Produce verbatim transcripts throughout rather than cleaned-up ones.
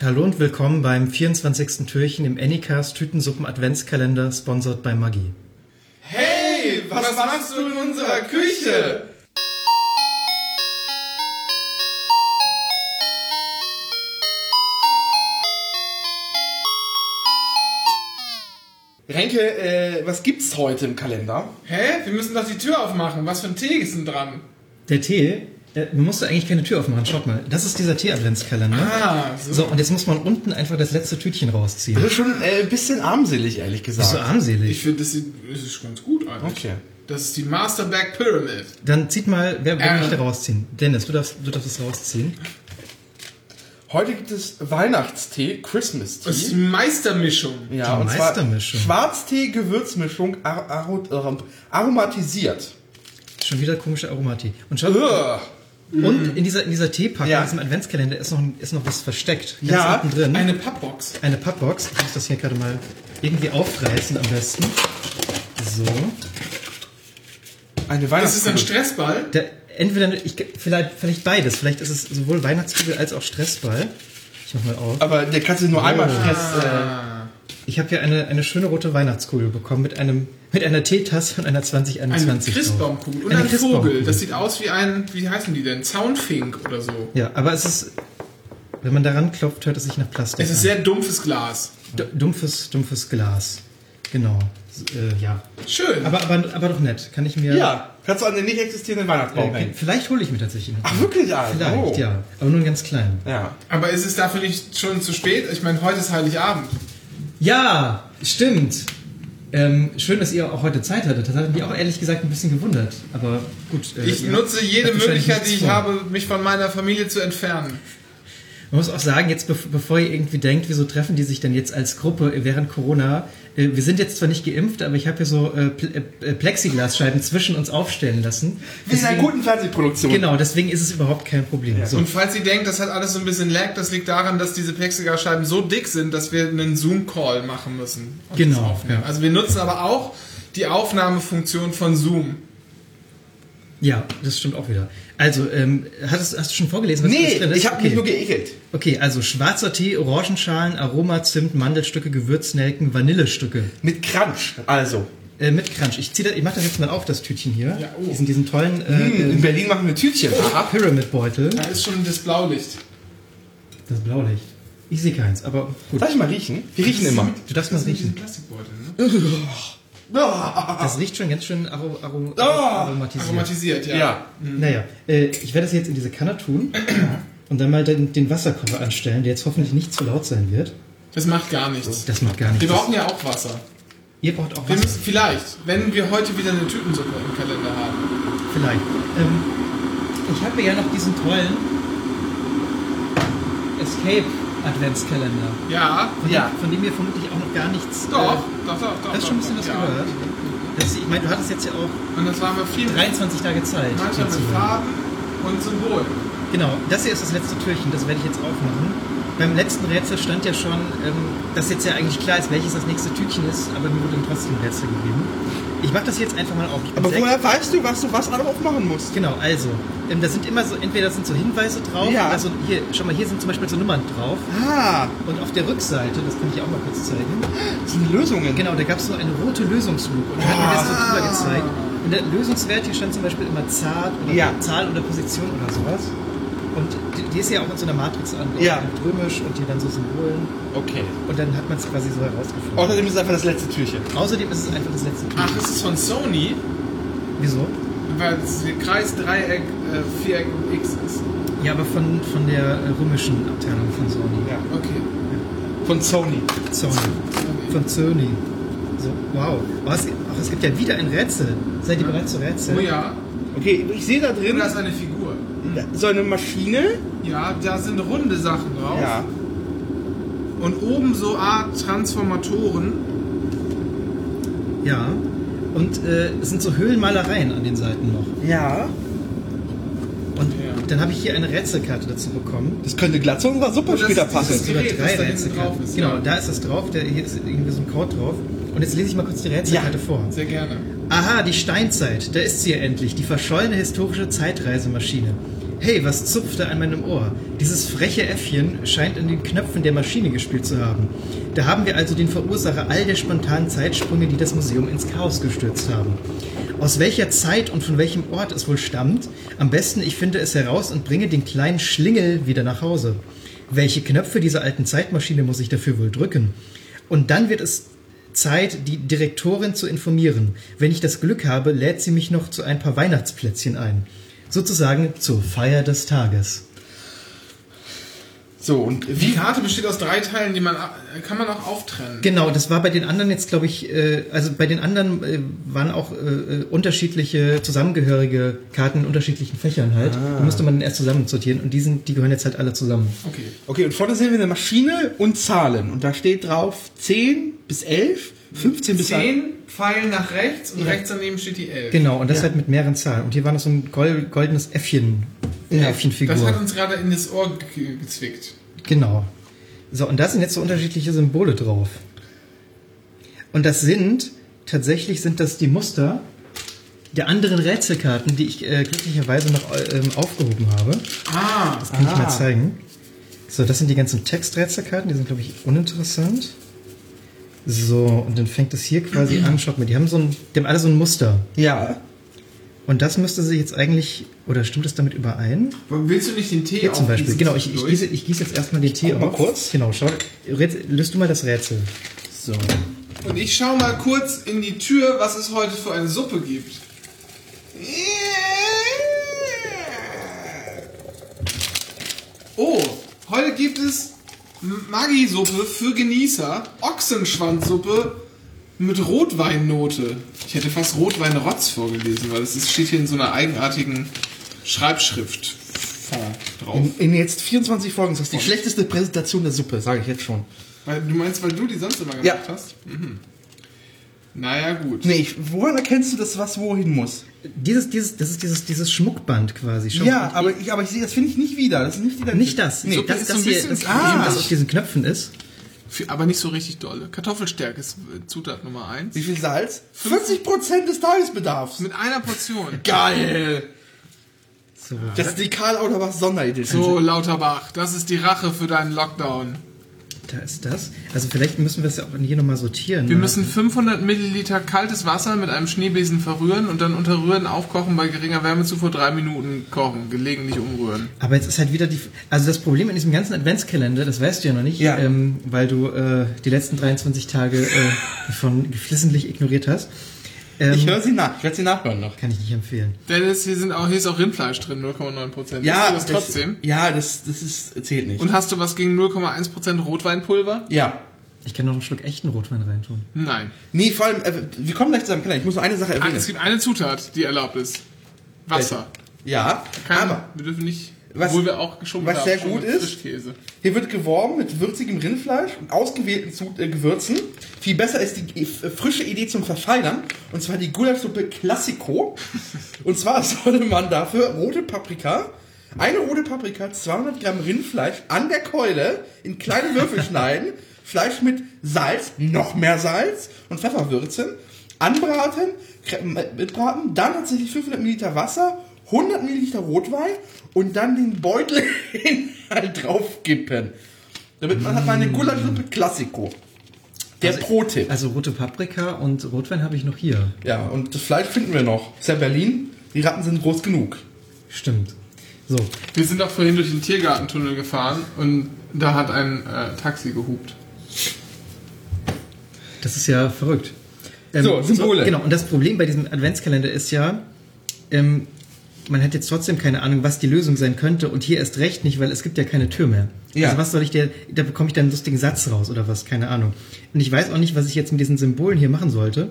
Hallo und willkommen beim vierundzwanzigsten Türchen im Anycast Tütensuppen Adventskalender, sponsored by Maggi. Hey, was, was machst du in unserer Küche? Renke, äh, was gibt's heute im Kalender? Hä? Wir müssen doch die Tür aufmachen. Was für ein Tee ist denn dran? Der Tee? Äh, man musste eigentlich keine Tür aufmachen. Schaut mal, das ist dieser Tee-Adventskalender. Ah, so. So, und jetzt muss man unten einfach das letzte Tütchen rausziehen. Das ist schon äh, ein bisschen armselig, ehrlich gesagt. Bist du armselig? Ich finde, das, sieht- das ist ganz gut eigentlich. Okay. Das ist die Masterback Pyramid. Dann zieht mal, wer, wer Äh. möchte rausziehen? Dennis, du darfst, du darfst es rausziehen. Heute gibt es Weihnachtstee, Christmas Das ist Tea. die Meistermischung. Ja, Die und zwar Meistermischung. Schwarztee-Gewürzmischung ar ar aromatisiert. Schon wieder komische Aromati. Und schaut, Ugh. und in dieser, in dieser Teepackung, Ja. in diesem Adventskalender, ist noch, ein- ist noch was versteckt. Ganz Ja, unten drin. Eine Pappbox. Eine Pappbox. Ich muss das hier gerade mal irgendwie aufreißen am besten. So. Eine Das ist Weihnachtskugel. ein Stressball. Der, entweder, ich, vielleicht, vielleicht beides. Vielleicht ist es sowohl Weihnachtskugel als auch Stressball. Ich mach mal auf. Aber der kannst du nur einmal Stress... Äh, Ah. Ich habe hier eine, eine schöne rote Weihnachtskugel bekommen mit einem mit einer Teetasse und einer zwanzig Eine einundzwanzig. Christbaumkugel und Eine ein Vogel. Christbaumkugel. Das sieht aus wie ein, wie heißen die denn? Zaunfink oder so. Ja, aber es ist, wenn man daran klopft, hört es sich nach Plastik Es ist an. sehr dumpfes Glas. D- dumpfes, dumpfes Glas. Genau. S- Äh, ja. Schön. Aber, aber, aber doch nett. Kann ich mir... ja, kannst du an den nicht existierenden Weihnachtsbaum Äh, hängen. vielleicht hole ich mir tatsächlich noch. Ach, wirklich? Ah, Vielleicht, oh. ja. Aber nur einen ganz kleinen. Ja. Aber ist es dafür nicht schon zu spät? Ich meine, heute ist Heiligabend. Ja, stimmt. Ähm, schön, dass ihr auch heute Zeit hattet. Das hat mich auch ehrlich gesagt ein bisschen gewundert. Aber gut. äh, Ich ihr nutze jede habt wahrscheinlich Möglichkeit, die nichts ich vor. habe, mich von meiner Familie zu entfernen. Man muss auch sagen, jetzt bev- bevor ihr irgendwie denkt, wieso treffen die sich denn jetzt als Gruppe während Corona? Äh, wir sind jetzt zwar nicht geimpft, aber ich habe hier so äh, Pl- äh, Plexiglasscheiben zwischen uns aufstellen lassen. Wie in einer Deswegen- guten Fernsehproduktion. Genau, deswegen ist es überhaupt kein Problem. So. Und falls ihr denkt, das hat alles so ein bisschen lag, das liegt daran, dass diese Plexiglasscheiben so dick sind, dass wir einen Zoom-Call machen müssen. und Genau, das aufnehmen. ja. Also wir nutzen aber auch die Aufnahmefunktion von Zoom. Ja, das stimmt auch wieder. Also, ähm, hast, hast du schon vorgelesen, was Nee, alles drin ist? ich habe okay. mich nur geekelt. Okay, also schwarzer Tee, Orangenschalen, Aroma, Zimt, Mandelstücke, Gewürznelken, Vanillestücke. Mit Crunch, also. Äh, mit Crunch. Ich, zieh das, ich mach das jetzt mal auf, das Tütchen hier. Ja, oh. Diesen, diesen tollen äh, Hm, in äh, Berlin machen wir Tütchen. Aha. Pyramid-Beutel. Da ist schon das Blaulicht. Das Blaulicht. Ich sehe keins, aber gut. Darf ich mal riechen? Wir riechen immer. Du darfst mal Das sind diese riechen. Plastikbeutel, ne? Das riecht schon ganz schön aro, aro, Oh, aromatisiert. Aromatisiert, ja. Ja. Naja, äh, ich werde das jetzt in diese Kanne tun und dann mal den, den Wasserkocher anstellen, der jetzt hoffentlich nicht zu laut sein wird. Das macht gar nichts. Das macht gar nichts. Wir brauchen ja auch Wasser. Ihr braucht auch Wir Wasser. müssen vielleicht, wenn wir heute wieder eine Tütensuppe im Kalender haben. Vielleicht. Ähm, ich habe ja noch diesen tollen Escape-Adventskalender. Ja, Von, Ja. dem, von dem ihr vermutlich auch noch gar nichts... doch, Äh, doch, doch, doch. du hast schon ein bisschen doch, was ja. gehört. Das, ich meine, du hattest jetzt ja auch Und das waren wir viel dreiundzwanzig Tage Zeit. manchmal hier zu mit hören. Farben und Symbolen. Genau, das hier ist das letzte Türchen, das werde ich jetzt aufmachen. Beim letzten Rätsel stand ja schon, ähm, dass jetzt ja eigentlich klar ist, welches das nächste Tütchen ist, aber mir wurde dann trotzdem ein Rätsel gegeben. Ich mache das jetzt einfach mal auf. Ich bin Aber sehr- woher weißt du, was du was aufmachen musst? Genau, also, ähm, da sind immer so, entweder sind so Hinweise drauf, Ja. oder so, hier, schau mal, hier sind zum Beispiel so Nummern drauf. Ah, Und auf der Rückseite, das kann ich auch mal kurz zeigen, das sind Lösungen. genau, da gab es so eine rote Lösungslupe und da hat mir das so drüber gezeigt. Und der Lösungswert, hier stand zum Beispiel immer Zart oder Ja. Zahl oder Position oder sowas. Und die, die ist ja auch in so einer Matrix an, Ja. mit römisch und hier dann so Symbolen. Okay. Und dann hat man es quasi so herausgefunden. Außerdem ist es einfach das letzte Türchen. Außerdem ist es einfach das letzte Türchen. Ach, das ist von Sony, Wieso? weil es Kreis, Dreieck, äh, Viereck und X ist. Ja, aber von, von der äh, römischen Abteilung von Sony. Ja. Okay. Von Sony. Sony. Von Sony. So, wow. Oh, es, ach, es gibt ja wieder ein Rätsel. Seid ihr bereit zu rätseln? Oh ja. Okay, ich sehe da drin Und da ist eine Figur. so eine Maschine. Ja, da sind runde Sachen drauf. Ja. Und oben so Art Transformatoren. Ja. Und äh, es sind so Höhlenmalereien an den Seiten noch. Ja. Und Ja. dann habe ich hier eine Rätselkarte dazu bekommen. Das könnte glatt zu unserer Suppe Und das später ist passen. dieses- Sogar Gerät, drei das da hinten Rätselkarten. drauf ist, Genau, ja. da ist das drauf. Der, hier ist irgendwie so ein Code drauf. Und jetzt lese ich mal kurz die Rätselkarte Ja. vor. Sehr gerne. Aha, die Steinzeit. Da ist sie ja endlich. Die verschollene historische Zeitreisemaschine. Hey, was zupft da an meinem Ohr? Dieses freche Äffchen scheint in den Knöpfen der Maschine gespielt zu haben. Da haben wir also den Verursacher all der spontanen Zeitsprünge, die das Museum ins Chaos gestürzt haben. Aus welcher Zeit und von welchem Ort es wohl stammt? Am besten, ich finde es heraus und bringe den kleinen Schlingel wieder nach Hause. Welche Knöpfe dieser alten Zeitmaschine muss ich dafür wohl drücken? Und dann wird es Zeit, die Direktorin zu informieren. Wenn ich das Glück habe, lädt sie mich noch zu ein paar Weihnachtsplätzchen ein. Sozusagen zur Feier des Tages. So, und Die wie... Karte besteht aus drei Teilen, die man kann man auch auftrennen. Genau, das war bei den anderen jetzt, glaube ich, äh, also bei den anderen äh, waren auch äh, unterschiedliche zusammengehörige Karten in unterschiedlichen Fächern halt. Ah. Die musste man dann erst zusammensortieren und die, sind, die gehören jetzt halt alle zusammen. Okay. Okay, und vorne sehen wir eine Maschine und Zahlen. Und da steht drauf zehn bis elf, fünfzehn bis... Zehn Pfeilen nach rechts und rechts daneben steht die elf. Genau, und das Ja. halt mit mehreren Zahlen. Und hier war noch so ein gold, goldenes Äffchen, eine Ja, Äffchenfigur. Das hat uns gerade in das Ohr ge gezwickt. Genau. So, und da sind jetzt so unterschiedliche Symbole drauf. Und das sind, tatsächlich sind das die Muster der anderen Rätselkarten, die ich äh, glücklicherweise noch ähm, aufgehoben habe. Ah, Das kann ich Ah. mal zeigen. So, das sind die ganzen Texträtselkarten, die sind, glaube ich, uninteressant. So, und dann fängt es hier quasi an, schaut mal, die haben so ein, die haben alle so ein Muster. Ja. Und das müsste sich jetzt eigentlich, oder stimmt das damit überein? willst du nicht den Tee Hier zum Beispiel, aufgießen genau, ich, ich, zwischendurch? gieße, ich gieße jetzt erstmal den Tee Guck mal auf. kurz. Genau, schau, Rätsel, löst du mal das Rätsel. So. Und ich schau mal kurz in die Tür, was es heute für eine Suppe gibt. Oh, heute gibt es Maggi-Suppe für Genießer, Ochsenschwanzsuppe mit Rotweinnote. Ich hätte fast Rotweinrotz vorgelesen, weil es ist- steht hier in so einer eigenartigen Schreibschrift drauf. In, in jetzt vierundzwanzig Folgen ist das die schlechteste Präsentation der Suppe, sage ich jetzt schon. Weil, du meinst, weil du die sonst immer gemacht Ja. hast? Mhm. Naja, gut. Nee, ich, woran erkennst du, dass was wohin muss? Dieses, dieses, das ist dieses, dieses Schmuckband quasi. Schau, Ja, und aber ich, aber ich sehe, das finde ich nicht wieder. Das ist nicht wieder. nicht das. Nee, so, das, ist das so ein hier, bisschen das, cremig. das auf diesen Knöpfen ist. Für- Aber nicht so richtig dolle. Kartoffelstärke ist äh, Zutat Nummer eins. Wie viel Salz? vierzig Prozent des Tagesbedarfs. Mit einer Portion. Geil! So. Das ist die Karl Auerbach Sonderedition. So, Lauterbach, das ist die Rache für deinen Lockdown. Da ist das. Also vielleicht müssen wir es ja auch hier nochmal sortieren. Wir ne? müssen fünfhundert Milliliter kaltes Wasser mit einem Schneebesen verrühren und dann unter Rühren aufkochen, bei geringer Wärmezufuhr drei Minuten kochen, gelegentlich umrühren. Aber jetzt ist halt wieder die... Also das Problem in diesem ganzen Adventskalender, das weißt du ja noch nicht, Ja. ähm, weil du äh, die letzten dreiundzwanzig Tage äh, davon geflissentlich ignoriert hast. Ähm, Ich höre sie nach. Ich werde sie nachhören noch. kann ich nicht empfehlen. Dennis, hier, sind auch, hier ist auch Rindfleisch drin, null Komma neun Prozent. Ja, das trotzdem. ja, das, das ist, zählt nicht. Und hast du was gegen null Komma eins Prozent Rotweinpulver? ja. Ich kann noch einen Schluck echten Rotwein reintun. Nein. Nee, vor allem, äh, wir kommen gleich zusammen. Ich muss nur eine Sache Ah, erwähnen. es gibt eine Zutat, die erlaubt ist. Wasser. Ja, Kein, aber wir dürfen nicht, Was- obwohl wir auch geschoben was haben, sehr schon gut mit ist- Frischkäse. hier wird geworben mit würzigem Rindfleisch und ausgewählten Zu äh, Gewürzen. Viel besser ist die äh, frische Idee zum Verfeinern. Und zwar die Gulaschsuppe Classico. Und zwar sollte man dafür rote Paprika, eine rote Paprika, zweihundert Gramm Rindfleisch an der Keule in kleine Würfel schneiden, Fleisch mit Salz, noch mehr Salz und Pfeffer würzen, anbraten, kre- mitbraten, dann tatsächlich fünfhundert Milliliter Wasser, hundert Milliliter Rotwein und dann den Beutelinhalt draufkippen. Damit man hat man eine Gulaschsuppe Classico. Der Pro-Tipp. Also rote Paprika und Rotwein habe ich noch hier. Ja, und das Fleisch finden wir noch. Ist ja Berlin, die Ratten sind groß genug. Stimmt. So, Wir sind auch vorhin durch den Tiergartentunnel gefahren und da hat ein äh, Taxi gehupt. das ist ja verrückt. Ähm, So, Symbole. genau, und das Problem bei diesem Adventskalender ist ja, ähm, man hat jetzt trotzdem keine Ahnung, was die Lösung sein könnte und hier erst recht nicht, weil es gibt ja keine Tür mehr. Ja. Also was soll ich dir, da bekomme ich dann einen lustigen Satz raus oder was, keine Ahnung. Und ich weiß auch nicht, was ich jetzt mit diesen Symbolen hier machen sollte.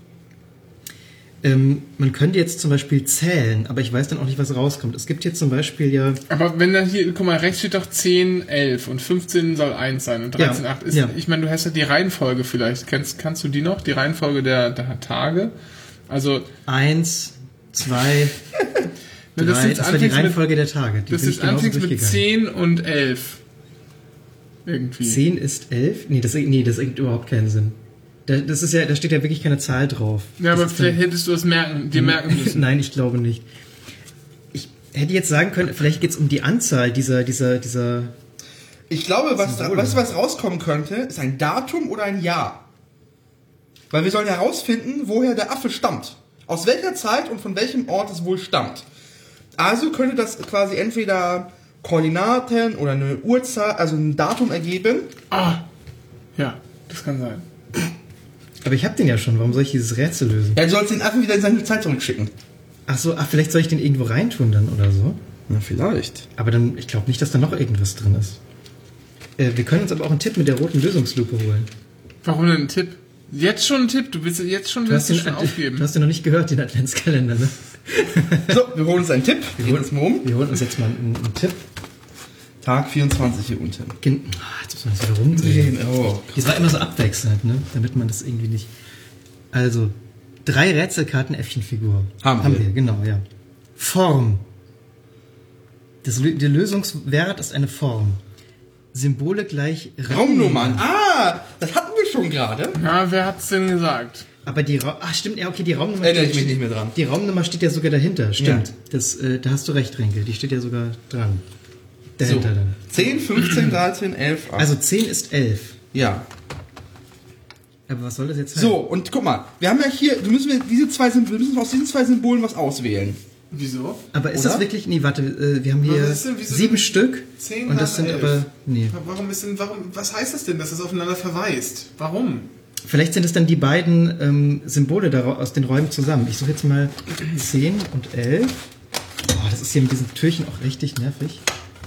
Ähm, man könnte jetzt zum Beispiel zählen, aber ich weiß dann auch nicht, was rauskommt. Es gibt hier zum Beispiel ja... Aber wenn da hier, guck mal, rechts steht doch zehn, elf und fünfzehn soll eins sein und dreizehn, acht ist, ja. ich meine, du hast ja die Reihenfolge vielleicht. Kennst, kannst du die noch? Die Reihenfolge der, der Tage? Also, Eins, zwei, Na, drei, das sind das war die anfangs mit- Reihenfolge der Tage. Die das bin ist ich genauso anfangs mit durchgegangen. zehn und elf. Irgendwie. zehn ist elf? Nee, das, nee, das ergibt überhaupt keinen Sinn. Da, das ist ja, da steht ja wirklich keine Zahl drauf. Ja, Das aber ist vielleicht dann- hättest du es merken, dir merken müssen. Nein, ich glaube nicht. Ich, hätte jetzt sagen können, vielleicht geht es um die Anzahl dieser, dieser, dieser... Ich glaube, was, Symbole. weißt du, was rauskommen könnte, ist ein Datum oder ein Jahr. Weil wir sollen herausfinden, woher der Affe stammt. Aus welcher Zeit und von welchem Ort es wohl stammt. Also könnte das quasi entweder Koordinaten oder eine Uhrzeit, also ein Datum ergeben. Ah, ja, das kann sein. Aber ich habe den ja schon, warum soll ich dieses Rätsel lösen? Ja, du sollst den Affen wieder in seine Zeit zurückschicken. Ach so, ach, vielleicht soll ich den irgendwo reintun dann oder so. Na, vielleicht. Aber dann, ich glaube nicht, dass da noch irgendwas drin ist. Äh, wir können uns aber auch einen Tipp mit der roten Lösungslupe holen. Warum denn ein Tipp? Jetzt schon ein Tipp? Du willst jetzt schon, Du hast, willst den, du schon aufgeben? du hast den noch nicht gehört, den Adventskalender, ne? So, wir holen uns einen Tipp. Wir holen uns mal um. Wir holen uns jetzt mal einen, einen Tipp. Tag vierundzwanzig hier unten. Gen- Ah, jetzt muss man das wieder rumdrehen. Oh. Das war immer so abwechselnd, ne? Damit man das irgendwie nicht... Also, drei Rätselkarten-Äffchenfigur. Haben Haben wir. wir, genau, ja. Form. Das, Lö- der Lösungswert ist eine Form. Symbole gleich Raumnummern. Ah, das hatten wir schon gerade. Ja, wer hat's denn gesagt? Aber die Ra- Ach, stimmt, ja, okay, die Raumnummer... Erinnere ich steht- mich nicht mehr dran. Die Raumnummer steht ja sogar dahinter, stimmt. Ja. Das, äh, da hast du recht, Renke. Die steht ja sogar dran. So. Dahinter dann. zehn, fünfzehn, dreizehn, elf, acht. Also zehn ist elf. ja. Aber was soll das jetzt So, und guck mal, wir haben ja hier, du müssen wir diese zwei Symbole, wir müssen aus diesen zwei Symbolen was auswählen. Wieso? Aber ist Oder? das wirklich... Nee, warte, äh, wir haben hier Was ist denn- wieso sieben denn Stück. zehn Und das nach sind elf? aber... Nee. Warum ist denn, warum, was heißt das denn, dass das aufeinander verweist? Warum? Vielleicht sind es dann die beiden ähm, Symbole da, aus den Räumen zusammen. Ich suche jetzt mal zehn und elf. Boah, das ist hier mit diesen Türchen auch richtig nervig.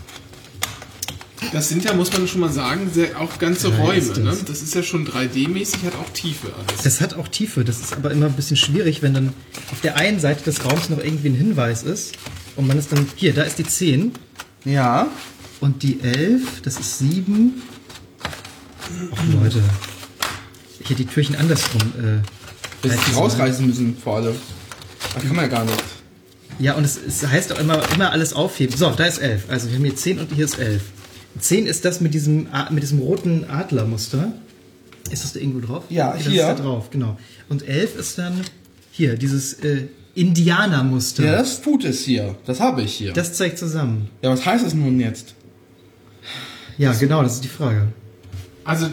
Das sind ja, muss man schon mal sagen, sehr, auch ganze Ja, Räume. ist das. Ne? Das ist ja schon drei D-mäßig, hat auch Tiefe alles. Das hat auch Tiefe. Das ist aber immer ein bisschen schwierig, wenn dann auf der einen Seite des Raums noch irgendwie ein Hinweis ist. Und man ist dann... Hier, da ist die zehn. Ja. Und die elf, das ist sieben. Ach Leute. Ich hätte die Türchen andersrum. Äh, Dass sie rausreißen müssen, vor allem. Das kann man ja gar nicht. Ja, und es, es heißt auch immer, immer alles aufheben. So, da ist elf. Also wir haben hier zehn und hier ist elf. zehn ist das mit diesem, A- mit diesem roten Adlermuster. Ist das da irgendwo drauf? Ja, das hier. ist da drauf, genau. Und elf ist dann hier, dieses äh, Indianermuster. Ja, das tut es hier. Das habe ich hier. Das zeigt zusammen. ja, was heißt es nun jetzt? Ja, genau, das ist die Frage. Also,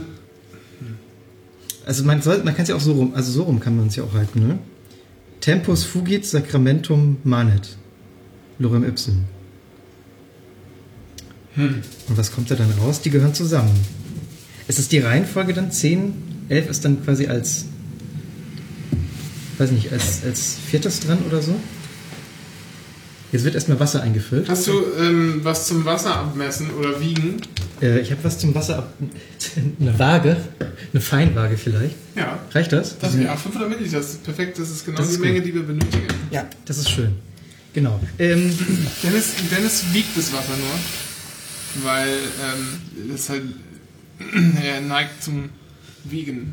Also man soll, man kann es ja auch so rum, also so rum kann man es ja auch halten, ne? Tempus fugit sacramentum manet. Lorem ipsum. hm. Und was kommt da dann raus? Die gehören zusammen. Ist es die Reihenfolge dann? zehn, elf ist dann quasi als, weiß nicht, als, als viertes dran oder so? Jetzt wird erstmal Wasser eingefüllt. hast du ähm, was zum Wasser abmessen oder wiegen? Äh, ich habe was zum Wasser ab... Eine Waage. Eine Feinwaage vielleicht. Ja. Reicht das? Das ja, fünfhundert Milliliter, das ist perfekt, das ist genau Das die ist Menge, gut. die wir benötigen. Ja, das ist schön. Genau. Ähm, Dennis, Dennis wiegt das Wasser nur, weil ähm, das halt, er neigt zum Wiegen.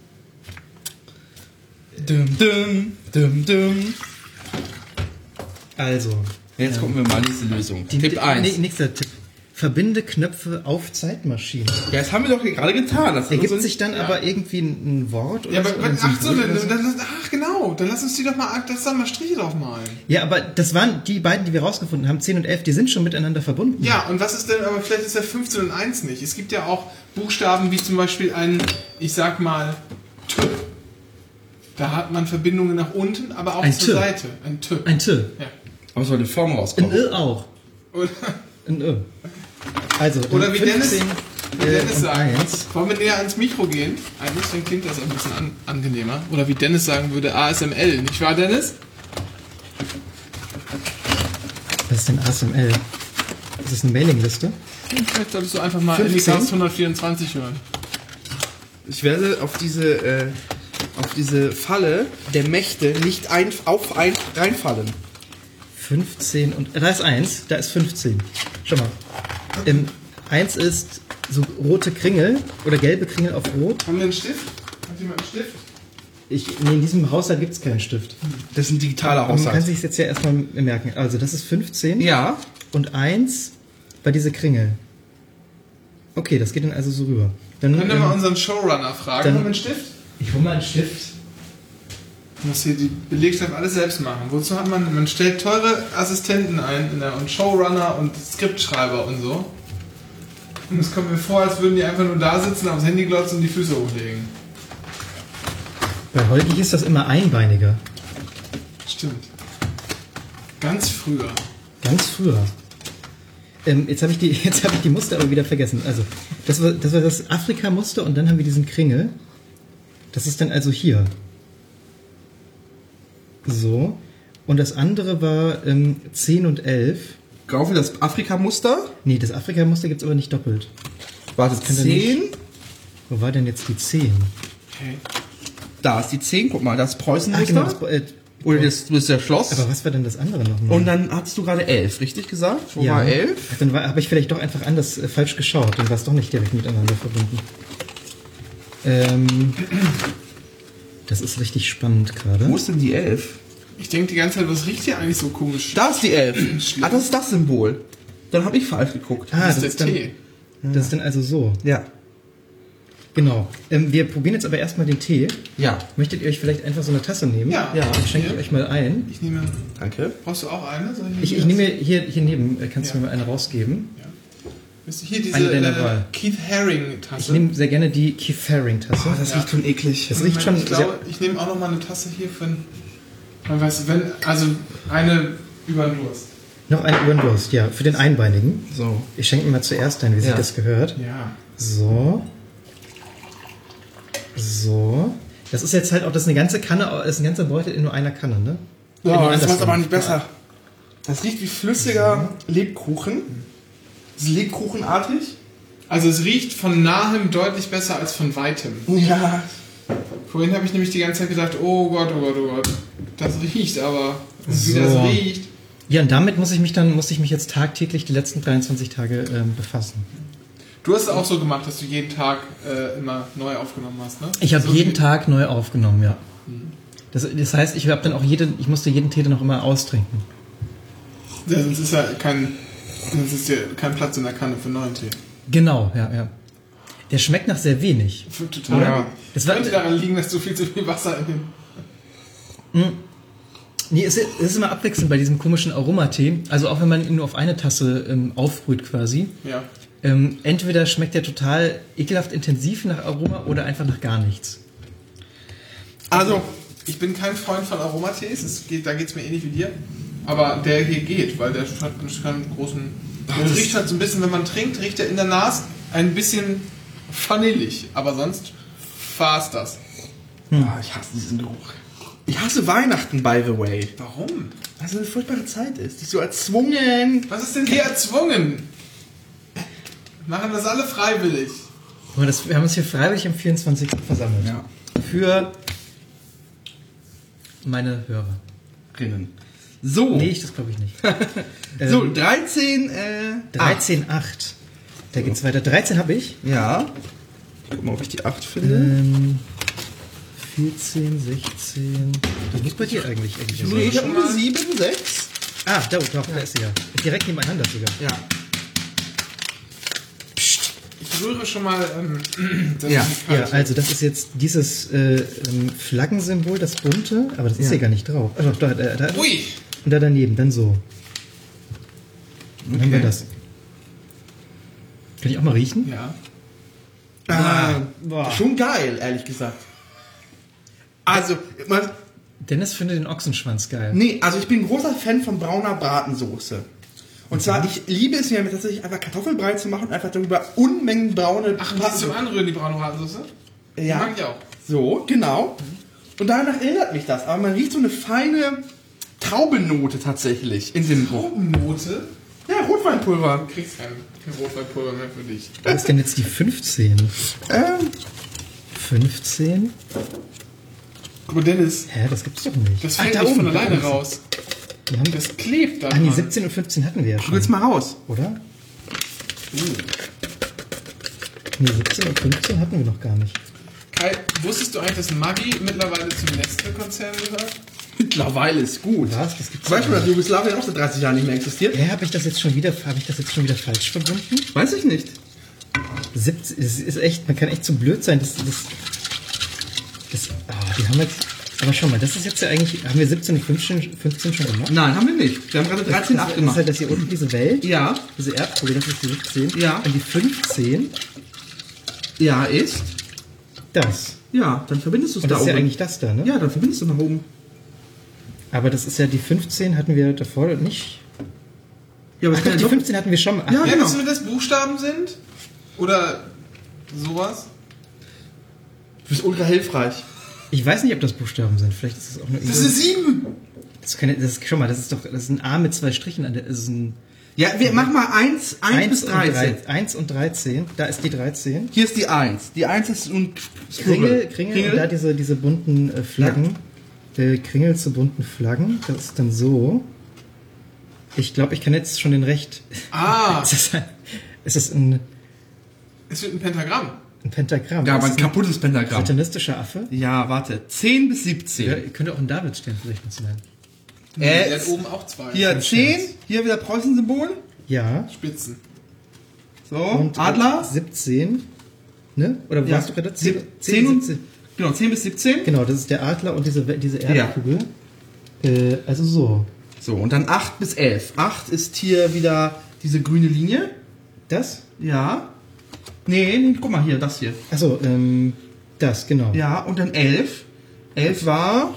Dum, dum, dum, dum. also. Jetzt ähm, gucken wir mal nächste Lösung. die- Tipp die- eins. Nee, nächster Tipp. Verbinde Knöpfe auf Zeitmaschine. Ja, das haben wir doch hier gerade getan. Das Ergibt so ein- sich dann ja. aber irgendwie ein, ein Wort oder Ja, aber, so? Oder ein ach so, Symbol dann, oder so? dann, dann, ach genau, dann lass uns die doch mal, das dann mal Striche drauf malen. Ja, aber das waren die beiden, die wir rausgefunden haben, zehn und elf, die sind schon miteinander verbunden. Ja, und was ist denn, aber vielleicht ist ja fünfzehn und eins nicht. Es gibt ja auch Buchstaben wie zum Beispiel ein, ich sag mal, T. Da hat man Verbindungen nach unten, aber auch Ein zur T. Seite. Ein T. Ein T. Ja. Aber es soll eine Form Ein rauskommen. Ö auch. Oder, Ein Ö. Also, oder wie Dennis, fünfzehn, wie äh, Dennis und sagen eins. würde, wollen wir näher ans Mikro gehen? Eigentlich, dann klingt das ein bisschen an, angenehmer. Oder wie Dennis sagen würde, A S M L. Nicht wahr, Dennis? Was ist denn A S M L? Ist das eine Mailingliste? Hm, Vielleicht solltest du einfach mal fünfzehn? Enicast hundertvierundzwanzig hören. Ich werde auf diese, äh, auf diese Falle der Mächte nicht ein, auf ein, reinfallen. fünfzehn und... Da ist eins, da ist fünfzehn. Schau mal. Ähm, eins ist so rote Kringel oder gelbe Kringel auf rot. Haben wir einen Stift? Hat jemand einen Stift? Ich, nee, in diesem Haushalt gibt es keinen Stift. Das ist ein digitaler Aber man kann Haushalt. sich jetzt ja erstmal merken. Also das ist fünfzehn Ja. und eins war diese Kringel. Okay, das geht dann also so rüber. Dann, Können wir ähm, mal unseren Showrunner fragen? dann- Haben wir einen Stift? ich hole mal einen Stift. Man muss hier die Belegschaft alles selbst machen. Wozu hat man, man stellt teure Assistenten ein in der, und Showrunner und Skriptschreiber und so. Und es kommt mir vor, als würden die einfach nur da sitzen, aufs Handy glotzen und die Füße hochlegen. Bei Holgi ist das immer einbeiniger. Stimmt. Ganz früher. Ganz früher. Ähm, jetzt habe ich, die, jetzt hab ich die Muster aber wieder vergessen. Also, das war das, war das Afrika-Muster und dann haben wir diesen Kringel. Das ist dann also hier. So. Und das andere war ähm, zehn und elf. Kaufen wir das Afrika-Muster? Nee, das Afrika-Muster gibt es aber nicht doppelt. Warte, zehn. Wo war denn jetzt die zehn? Okay. Da ist die zehn, guck mal, das Ah, Preußen-Muster. genau. Das, äh, Oder das, das ist der Schloss. aber was war denn das andere nochmal? Und dann hattest du gerade elf, richtig gesagt? Wo ja. war elf? Ach, dann habe ich vielleicht doch einfach anders äh, falsch geschaut. Dann war es doch nicht direkt miteinander verbunden. Ähm, das ist richtig spannend gerade. Wo ist denn die elf? Ich denke die ganze Zeit, was riecht hier eigentlich so komisch? Da ist die elf. Ah, das ist das Symbol. Dann habe ich falsch geguckt. Ah, das das, ist ist der dann, Tee. das ist dann also so. Ja. Genau. Ähm, wir probieren jetzt aber erstmal den Tee. Ja. Möchtet ihr euch vielleicht einfach so eine Tasse nehmen? Ja. Dann schenke ich Hier. euch mal ein. Ich nehme. Danke. Brauchst du auch eine? Soll Ich, hier ich nehme hier, hier neben, äh, kannst du Ja. mir mal eine rausgeben? Willst du hier diese Eine deiner Wahl. äh, Keith Haring Tasse? Ich nehme sehr gerne die Keith Haring Tasse. Oh, das Ja. riecht schon eklig. Das riecht schon ich sehr... glaube, ich nehme auch noch mal eine Tasse hier für ein, man weiß, wenn, also eine über den Durst. Noch eine über den Durst, ja. Für den Einbeinigen. So. Ich schenke mir mal zuerst ein, wie sich Ja. das gehört. Ja. So. So. Das ist jetzt halt auch, das ist eine ganze Kanne, das ist ein ganzer Beutel in nur einer Kanne, ne? Ja, Nee, das andersrum. macht aber nicht besser. Das riecht wie flüssiger Lebkuchen. Das ist Lebkuchenartig. Also es riecht von nahem deutlich besser als von weitem. Ja. Vorhin habe ich nämlich die ganze Zeit gedacht, oh Gott, oh Gott, oh Gott. Das riecht aber, wie So. das riecht. Ja, und damit muss ich mich dann, muss ich mich jetzt tagtäglich die letzten dreiundzwanzig Tage ähm, befassen. Du hast es auch so gemacht, dass du jeden Tag äh, immer neu aufgenommen hast, ne? Ich habe so jeden wie- Tag neu aufgenommen, ja. Das, das heißt, ich habe dann auch jeden, ich musste jeden Tee dann auch immer austrinken. Ja, sonst ist ja kein, sonst ist ja kein Platz in der Kanne für neuen Tee. Genau, ja, ja. Der schmeckt nach sehr wenig. Für total. Ja. Das war, Könnte daran liegen, dass du viel zu viel Wasser in dem... nee, es ist, es ist immer abwechselnd bei diesem komischen Aromatee. Also auch wenn man ihn nur auf eine Tasse ähm, aufbrüht quasi. Ja. Ähm, entweder schmeckt der total ekelhaft intensiv nach Aroma oder einfach nach gar nichts. Also, Ich bin kein Freund von Aromatees, es geht, da geht es mir ähnlich wie dir. Aber der hier geht, weil der hat keinen großen... Der riecht halt so ein bisschen, wenn man trinkt, riecht er in der Nase ein bisschen vanillig. Aber sonst war's das. ah, ich hasse diesen Geruch. Ich hasse Weihnachten, by the way. Warum? Weil es eine furchtbare Zeit ist. Die ist so erzwungen. Was ist denn hier erzwungen? Machen das alle freiwillig. Guck mal, das, wir haben uns hier freiwillig am vierundzwanzigsten versammelt. Ja. Für meine Hörer. Rinnen. So. Nee, ich, das glaube ich nicht. So, ähm, dreizehn, äh... dreizehn Komma acht. Da geht's weiter. dreizehn habe ich. Ja. Guck mal, ob ich die acht finde. Ähm, vierzehn, sechzehn. Das muss bei dir eigentlich irgendwie Nee, sein. ich habe nur sieben, sechs. Ah, da, doch, da ist sie ja. Direkt nebeneinander sogar. Ja. Ich rühre schon mal... Ähm, das Ja, ist nicht Ja, kalt. also das ist jetzt dieses äh, ähm, Flaggensymbol, das bunte, aber das ist Ja. hier gar nicht drauf. Also da, da, da, Ui! und da daneben, dann so. Dann haben wir Okay. das. Kann ich auch mal riechen? Ja. Ah, Boah. schon geil, ehrlich gesagt. Also, man, Dennis findet den Ochsenschwanz geil. nee, also ich bin ein großer Fan von brauner Bratensoße. Und zwar, ich liebe es mir tatsächlich einfach Kartoffelbrei zu machen und einfach darüber Unmengen braune Ach, und die zum Anrühren, die braune Bratensoße? Die Ja. mag ich auch. So, genau. Und danach erinnert mich das. Aber man riecht so eine feine Traubennote tatsächlich in dem Geruch. Traubennote? Ja, Rotweinpulver. Du kriegst kein, kein Rotweinpulver mehr für dich. Was ist denn jetzt die fünfzehn? Ähm, fünfzehn? Guck mal, Dennis, Hä, das gibt's doch nicht. das Ach, fällt da nicht oben, von da alleine oben. raus. Wir haben Das klebt da Ah, nee, dran. siebzehn und fünfzehn hatten wir ja guck schon. jetzt mal raus. Oder? Nee, siebzehn und fünfzehn hatten wir noch gar nicht. Kai, wusstest du eigentlich, dass Maggi mittlerweile zum Nestle-Konzern gehört? Mittlerweile ist gut. Was? Das gibt's Weißt du, doch dass Jugoslawien auch seit dreißig Jahren nicht mehr existiert? Hä, habe ich das jetzt schon wieder, habe ich das jetzt schon wieder falsch verbunden? Weiß ich nicht. siebzehn, das ist echt, man kann echt zu blöd sein. Das, das, das, ah, die haben jetzt Aber schau mal, das ist jetzt ja eigentlich, haben wir siebzehn und fünfzehn, fünfzehn schon gemacht? Nein, haben wir nicht. Wir haben gerade dreizehn, das, acht das ist gemacht. halt das hier unten, diese Welt, Ja, diese Erdkugel, das ist die siebzehn. Ja. Und die fünfzehn, ja, ist. das. Ja, dann verbindest du es Und da das ist ja oben. eigentlich das da, ne? Ja, dann verbindest du nach oben. Aber das ist ja die fünfzehn, hatten wir davor nicht. Ja, aber Ach es doch, kann die ja fünfzehn hatten wir schon. Ach, Ja, Ja, genau. wissen wir, dass Buchstaben sind? Oder sowas? Du bist ultra hilfreich. ich weiß nicht, ob das Buchstaben sind. Vielleicht ist es auch nur Das ist sieben! das ist keine, das ist, schau mal, das ist doch, das ist ein A mit zwei Strichen an der, das ist ein Ja, wir machen mal eins, eins bis dreizehn. eins und dreizehn, da ist die dreizehn. Hier ist die eins. Die eins ist ein Kringel, Kringel, und da diese, diese bunten äh, Flaggen. Äh, Kringel zu bunten Flaggen. Das ist dann so. Ich glaube, ich kann jetzt schon den Recht. Ah, Ist das, ein, ist das ein, es wird ein Pentagramm. ein Pentagramm? Ja, aber Ist ein das kaputtes Pentagramm. satanistischer Affe? Ja, warte. zehn bis Ja, siebzehn. könnte auch ein Davidstern vielleicht noch sein. Äh, Der hat oben auch zwei Hier zehn, hier wieder Preußen-Symbol. Ja. Spitzen. So, Und äh, Adler. siebzehn. Ne? Oder Ja. warst du gerade? Sieb- zehn, zehn und- siebzehn. Genau, zehn bis siebzehn. Genau, das ist der Adler und diese, diese Erdkugel. Äh, also so. So, und dann acht bis elf. acht ist hier wieder diese grüne Linie. Das? Ja. Nee, nee, guck mal hier, das hier. Achso, ähm, das, genau. Ja, und dann elf. elf war...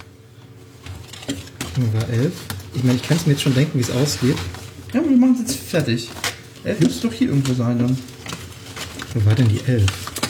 War elf. Ich meine, ich kann es mir jetzt schon denken, wie es ausgeht. Ja, wir machen es jetzt fertig. elf müsste doch hier irgendwo sein dann. Wo war denn die elf?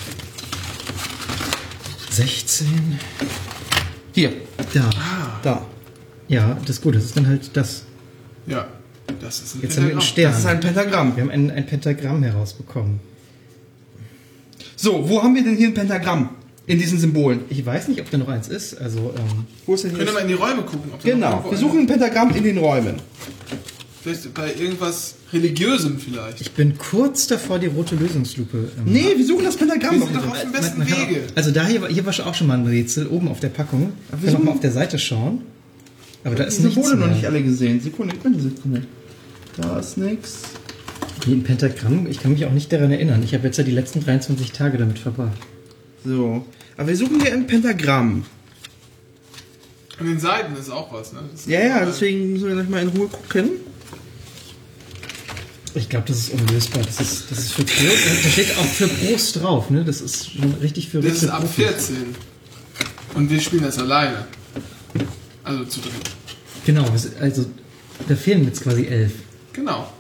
sechzehn. Hier, Da. da. Ja, das ist gut. Das ist dann halt das. Ja, das ist ein Jetzt haben wir einen Pentagramm. Stern. Das ist ein Pentagramm. Wir haben ein, ein Pentagramm herausbekommen. So, wo haben wir denn hier ein Pentagramm? In diesen Symbolen. Ich weiß nicht, ob da noch eins ist. Also, ähm, Wo ist denn Könnt ihr hier? mal in die Räume gucken? Ob da noch Genau, irgendwo wir suchen ein Pentagramm in den Räumen. Vielleicht bei irgendwas Religiösem vielleicht. ich bin kurz davor, die rote Lösungslupe. Ähm, Nee, wir suchen das Pentagramm Wir noch. sind doch auf dem besten man kann Wege. auch, also da hier, war- hier war schon auch schon mal ein Rätsel oben auf der Packung. Wir können noch mal auf der Seite schauen. Aber da Die ist nichts Symbole noch mehr. nicht alle gesehen. Sekunde, ich bin eine Sekunde. Da ist nichts. Nee, ein Pentagramm, ich kann mich auch nicht daran erinnern. Ich habe jetzt ja die letzten dreiundzwanzig Tage damit verbracht. So. Aber wir suchen hier ein Pentagramm. An den Seiten ist auch was, ne? Das ist Ja, ja, deswegen müssen wir gleich mal in Ruhe gucken. Ich glaube, das ist unlösbar. Das ist, das ist für Brust. Da steht auch für Brust drauf, ne? Das ist schon richtig für Das ist ab Rätselprofis. vierzehn. Und wir spielen das alleine. Also zu dritt. Genau, es- also da fehlen jetzt quasi elf. Genau.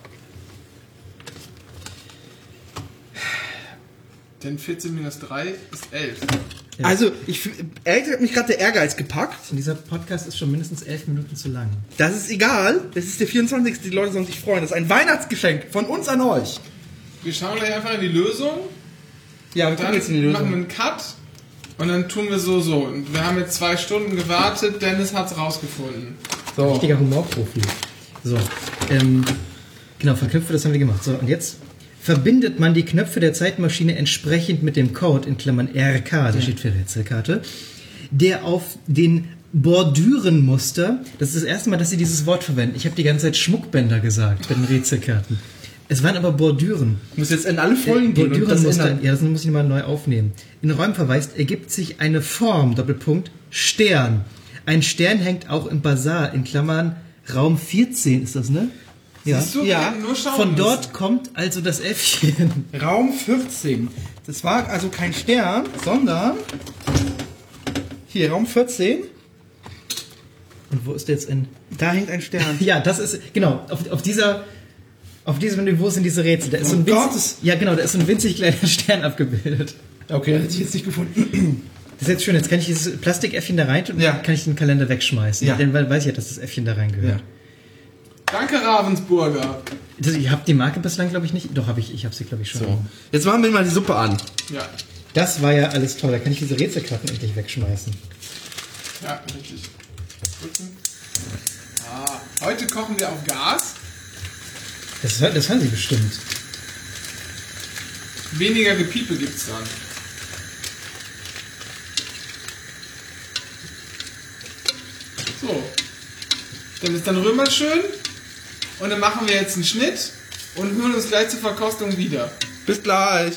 Denn vierzehn minus drei ist elf. Ja. Also, ich f- ehrlich gesagt hat mich gerade der Ehrgeiz gepackt. Und dieser Podcast ist schon mindestens elf Minuten zu lang. Das ist egal. Das ist der vierundzwanzigste Die Leute sollen sich freuen. Das ist ein Weihnachtsgeschenk von uns an euch. Wir schauen gleich einfach in die Lösung. Ja, wir Dann gucken jetzt in die machen wir Lösung. einen Cut. Und dann tun wir so, so. Und wir haben jetzt zwei Stunden gewartet. Dennis hat's rausgefunden. So. Richtiger Humorprofi. So, ähm, genau, verknüpfe, das haben wir gemacht. So, und jetzt verbindet man die Knöpfe der Zeitmaschine entsprechend mit dem Code, in Klammern R K, das steht für Rätselkarte, der auf den Bordürenmuster, das ist das erste Mal, dass sie dieses Wort verwenden. Ich habe die ganze Zeit Schmuckbänder gesagt bei den Rätselkarten. Es waren aber Bordüren. Ich muss jetzt in alle Folgen gehen und das Bordürenmuster, ändern. ja, das muss ich mal neu aufnehmen. In Räumen verweist, ergibt sich eine Form, Doppelpunkt, Stern. Ein Stern hängt auch im Basar, in Klammern, Raum vierzehn ist das, ne? Ja. Siehst du, wir Ja, hätten nur schauen Von müssen. dort kommt also das Äffchen. Raum vierzehn. Das war also kein Stern, sondern hier Raum vierzehn. Und wo ist der jetzt in... Da hängt ein Stern. Ja, das ist, genau, auf, auf dieser... Auf diesem Niveau sind diese Rätsel. Da ist so ein Oh Gott. winzig, ja, genau, da ist so ein winzig kleiner Stern abgebildet. Okay, das hätte ich jetzt nicht gefunden. Das ist jetzt schön. Jetzt kann ich dieses Plastikäffchen da rein und Ja. dann kann ich den Kalender wegschmeißen. Ja. Denn weil weiß ich ja, dass das Äffchen da reingehört. Ja. Danke, Ravensburger. Das, ich habe die Marke bislang, glaube ich, nicht. Doch, habe ich. Ich habe sie, glaube ich, schon. So. Jetzt machen wir mal die Suppe an. Ja, Das war ja alles toll. Da kann ich diese Rätselkarten endlich wegschmeißen. ja, richtig. Drücken. Ah, heute kochen wir auf Gas. Das, hör- das hören Sie bestimmt. Weniger Gepiepe gibt's dann. So. Dann ist dann rührt schön. Und dann machen wir jetzt einen Schnitt und hören uns gleich zur Verkostung wieder. Bis gleich.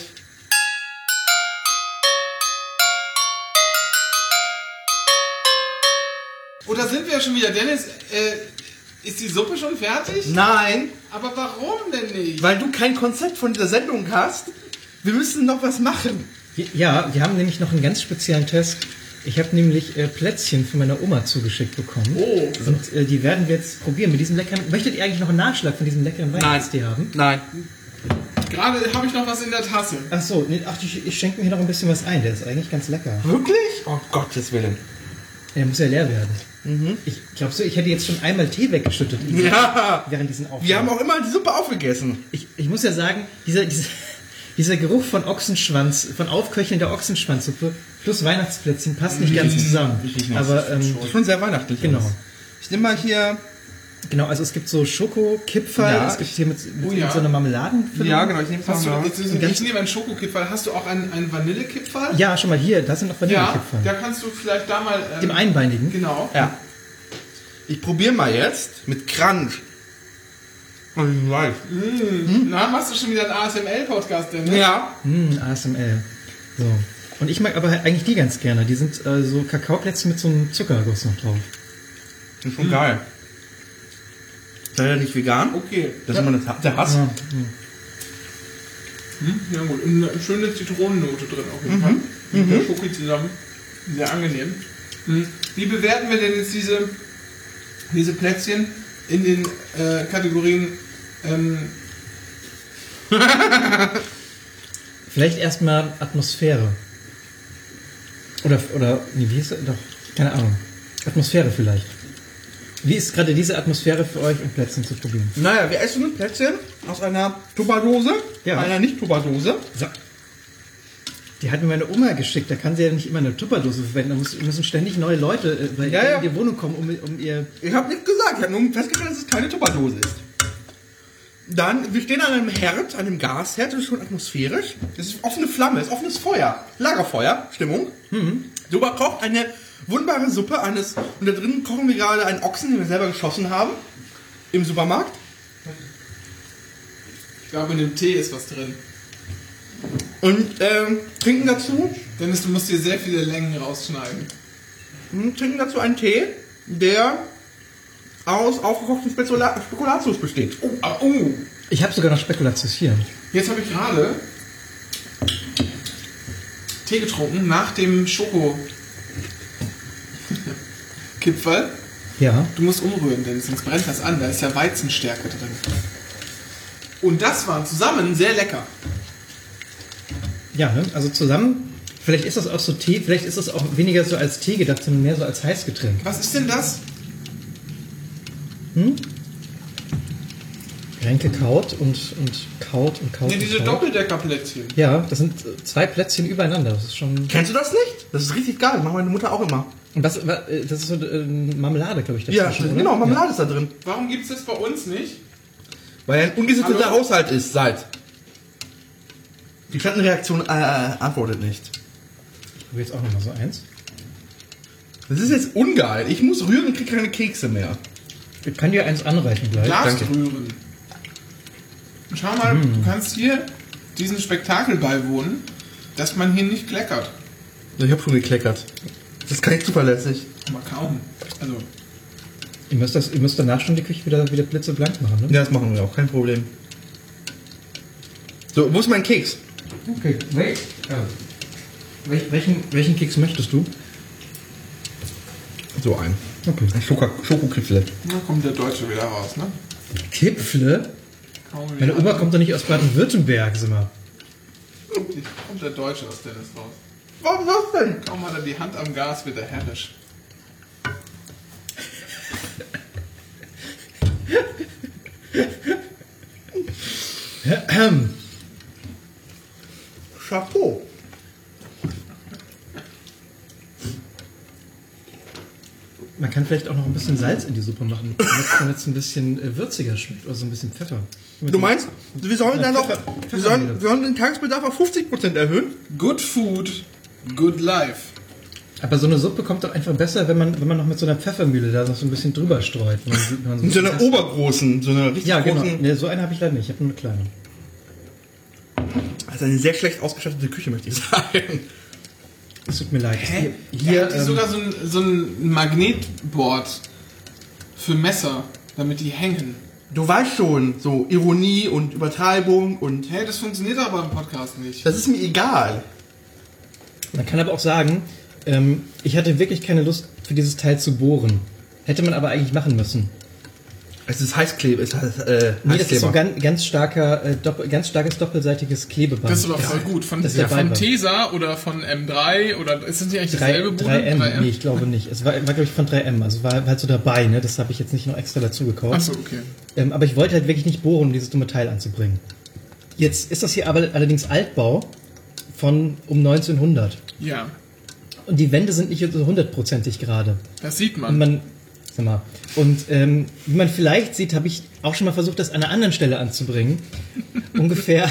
Oh, da sind wir ja schon wieder. Dennis, äh, ist die Suppe schon fertig? Nein, Aber warum denn nicht? weil du kein Konzept von dieser Sendung hast. Wir müssen noch was machen. Ja, wir haben nämlich noch einen ganz speziellen Test. Ich habe nämlich äh, Plätzchen von meiner Oma zugeschickt bekommen. Oh. Und äh, die werden wir jetzt probieren mit diesem leckeren... Möchtet ihr eigentlich noch einen Nachschlag von diesem leckeren Weihnachtstee haben? Nein. Gerade habe ich noch was in der Tasse. Ach so, nee, ach, ich, ich schenke mir hier noch ein bisschen was ein. Der ist eigentlich ganz lecker. Wirklich? Oh Gottes Willen. Der muss ja leer werden. Mhm. Ich glaube so, ich hätte jetzt schon einmal Tee weggeschüttet. Ja. Während diesen Aufnahmen. Wir haben auch immer die Suppe aufgegessen. Ich, ich muss ja sagen, dieser, dieser, dieser Geruch von Ochsenschwanz, von Aufköcheln der Ochsenschwanzsuppe plus Weihnachtsplätzchen passt nicht ganz zusammen. Aber ähm, Das ist schon sehr weihnachtlich. genau. alles. Ich nehme mal hier... Genau, also es gibt so Schokokipferl, Ja, es gibt hier mit, mit, oh ja. mit so einer Marmeladenfüllung. Ja, genau. Ich nehme Hast du, mal. jetzt, ist- ich nehme einen Schokokipferl. Hast du auch einen, einen Vanillekipferl? Ja, schon mal hier, da sind noch Ja, Vanillekipferl. da kannst du vielleicht da mal... Ähm, Dem einbeinigen. Genau. Ja. Ich probiere mal jetzt mit Crunch. Oh, ich weiß. Hm. Na, machst du schon wieder einen A S M L-Podcast, denn? Ne? Ja. Hm, A S M L. So. Und ich mag aber halt eigentlich die ganz gerne. Die sind äh, so Kakaoplätzchen mit so einem Zuckerguss noch drauf. Das ist schon geil. Leider nicht vegan. Okay. Das ist immer eine, der Hass. Ja. Hm? Ja gut, und eine schöne Zitronennote drin auf jeden Fall. Mit der Schoki zusammen. Sehr angenehm. Hm. Wie bewerten wir denn jetzt diese, diese Plätzchen in den äh, Kategorien ähm, Vielleicht erstmal Atmosphäre. Oder, oder, nee, wie ist das? Doch, keine Ahnung. Atmosphäre vielleicht. Wie ist gerade diese Atmosphäre für euch, um Plätzchen zu probieren? Naja, wir essen ein Plätzchen aus einer Tupperdose. Ja. Einer Nicht-Tupperdose. So. Die hat mir meine Oma geschickt, da kann sie ja nicht immer eine Tupperdose verwenden, da muss- müssen ständig neue Leute äh, bei Ja, ihr ja. in die Wohnung kommen, um, um ihr... Ich habe nichts gesagt. Ich habe nur festgestellt, dass es keine Tupperdose ist. Dann, wir stehen an einem Herd, an einem Gasherd. Das ist schon atmosphärisch. Das ist offene Flamme, das ist offenes Feuer. Lagerfeuer, Stimmung. Mhm. Darüber kocht eine wunderbare Suppe eines... Und da drin kochen wir gerade einen Ochsen, den wir selber geschossen haben. Im Supermarkt. ich glaube, in dem Tee ist was drin. Und ähm, trinken dazu... Dennis, du musst dir sehr viele Längen rausschneiden. Und trinken dazu einen Tee, der aus aufgekochten Spekulatius Spekulatius besteht. Oh, ah, oh. Ich habe sogar noch Spekulatius hier. Jetzt habe ich gerade Tee getrunken nach dem Schoko Kipferl. Ja. Du musst umrühren, denn sonst brennt das an. Da ist ja Weizenstärke drin. Und das war zusammen sehr lecker. Ja, ne? Also zusammen, vielleicht ist das auch so Tee, vielleicht ist das auch weniger so als Tee gedacht, sondern mehr so als Heißgetränk. Was ist denn das? Renke kaut und, und kaut und kaut Ne, und diese kaut. Doppeldeckerplätzchen. Ja, das sind äh, zwei Plätzchen übereinander. Das ist schon... Kennst du das nicht? Das ist richtig geil. Macht meine Mutter auch immer. Und was, wa- äh, das ist so äh, Marmelade, glaube ich, Ja, dazwischen, oder? genau. Marmelade ist da drin. Warum gibt es das bei uns nicht? Weil er ein ungesitteter Hallo? Haushalt ist, seit. Die Kettenreaktion äh, antwortet nicht. Ich probiere jetzt auch nochmal so eins. Das ist jetzt ungeil. Ich muss rühren und krieg keine Kekse mehr. Ich kann dir eins anreichen gleich. Glas danke. rühren. Schau mal, du kannst hier diesem Spektakel beiwohnen, dass man hier nicht kleckert. Ich habe schon gekleckert. Das ist gar nicht zuverlässig. Aber kaum. Also, Ihr müsst, das, ihr müsst danach schon die Küche wieder, wieder blitzeblank machen, ne? Ja, das machen wir auch. Kein Problem. So, wo ist mein Keks? Okay, Wel ja. Wel welchen, welchen Keks möchtest du? So ein. Okay. Ein Schoko Schokokipfle. da kommt der Deutsche wieder raus, ne? Kipfle? Kaum wieder. Meine Oma kommt doch nicht aus Baden-Württemberg, sag mal. Kommt der Deutsche aus Dennis raus. Warum das denn? Kaum hat er die Hand am Gas, wird er herrisch. Chapeau. Man kann vielleicht auch noch ein bisschen Salz in die Suppe machen, damit es ein bisschen äh, würziger schmeckt oder so ein bisschen Pfeffer. Du meinst, wir sollen Ja, dann noch, Pfeffer- wir Pfeffer sollen, wieder. wir sollen den Tagesbedarf auf fünfzig Prozent erhöhen? Good food, good life. Aber so eine Suppe kommt doch einfach besser, wenn man, wenn man noch mit so einer Pfeffermühle da noch so ein bisschen drüber streut. Wenn man, wenn man so In so einer obergroßen, so einer richtig ja, genau. großen... Nee, so eine habe ich leider nicht. Ich habe nur eine kleine. Also eine sehr schlecht ausgestattete Küche, möchte ich sagen. Es tut mir leid. Hä? Hier, Hier hat ähm, sogar so ein, so ein Magnetboard für Messer, damit die hängen. Du weißt schon, so Ironie und Übertreibung und... Hey, das funktioniert aber im Podcast nicht. Das ist mir egal. Man kann aber auch sagen, ähm, ich hatte wirklich keine Lust für dieses Teil zu bohren. Hätte man aber eigentlich machen müssen. Es ist Heißkleber, es ist äh, Nee, das ist so Heißkleber. ganz, ganz, starker, äh, doppel, ganz starkes doppelseitiges Klebeband. Das ist aber voll gut. Von, Das ist der von Beinband. Tesa oder von M drei oder ist das nicht eigentlich drei, dasselbe Boden? drei M, drei M? nee, ich glaube nicht. Es war, war glaube ich, von drei M. Also war halt so dabei, ne? Das habe ich jetzt nicht noch extra dazu gekauft. Achso, okay. Ähm, aber ich wollte halt wirklich nicht bohren, um dieses dumme Teil anzubringen. Jetzt ist das hier aber allerdings Altbau von um neunzehnhundert. Ja, Und die Wände sind nicht so hundertprozentig gerade. das sieht Und man. man, sag mal, und ähm, wie man vielleicht sieht, habe ich auch schon mal versucht, das an einer anderen Stelle anzubringen. Ungefähr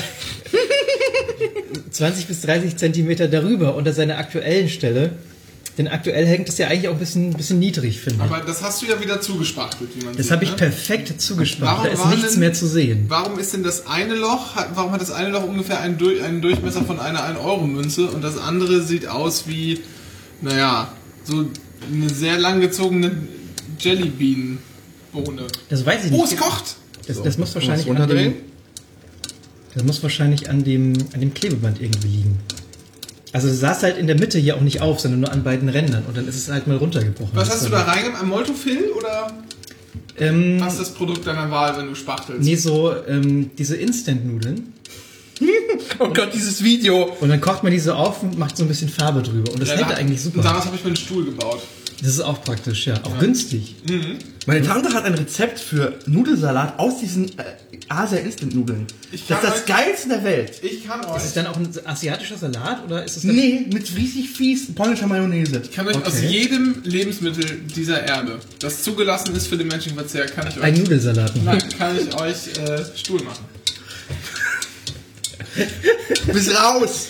zwanzig bis dreißig Zentimeter darüber unter seiner aktuellen Stelle. Denn aktuell hängt das ja eigentlich auch ein bisschen, bisschen niedrig, finde ich. Aber das hast du ja wieder zugespachtelt, wie man Das sieht. habe ich ne? perfekt zugespart. Warum Da ist war nichts denn- mehr zu sehen. Warum ist denn das eine Loch, hat, warum hat das eine Loch ungefähr einen, Durch, einen Durchmesser von einer ein Euro Münze und das andere sieht aus wie, naja, so eine sehr langgezogene Jellybean-Bohne. Das weiß ich nicht. Oh, es kocht! Das, das muss wahrscheinlich Was an dem, runterdrehen? das muss wahrscheinlich an dem, an dem Klebeband irgendwie liegen. Also es saß halt in der Mitte hier auch nicht auf, sondern nur an beiden Rändern und dann ist es halt mal runtergebrochen. Was Das hast du war- da reingemacht? Amoltofil oder Ähm, was ist das Produkt deiner Wahl, wenn du spachtelst? nee, so ähm, diese Instant-Nudeln. Oh Gott, dieses Video. Und dann kocht man diese auf und macht so ein bisschen Farbe drüber. Und das Ja, hält da- eigentlich Und super. daraus habe ich mir einen Stuhl gebaut. Das ist auch praktisch, ja. Auch günstig. Meine Tante hat ein Rezept für Nudelsalat aus diesen äh, Asia-Instant-Nudeln. Ich Das ist kann das euch- Geilste der Welt. Ich kann Ist euch, es dann auch ein asiatischer Salat oder ist es dann Nee, mit riesig fies polnischer Mayonnaise. ich kann euch Okay. aus jedem Lebensmittel dieser Erde, das zugelassen ist für den menschlichen Verzehr, kann ich euch, ein Nudelsalat? nein, kann ich euch äh, Stuhl machen. Bis raus!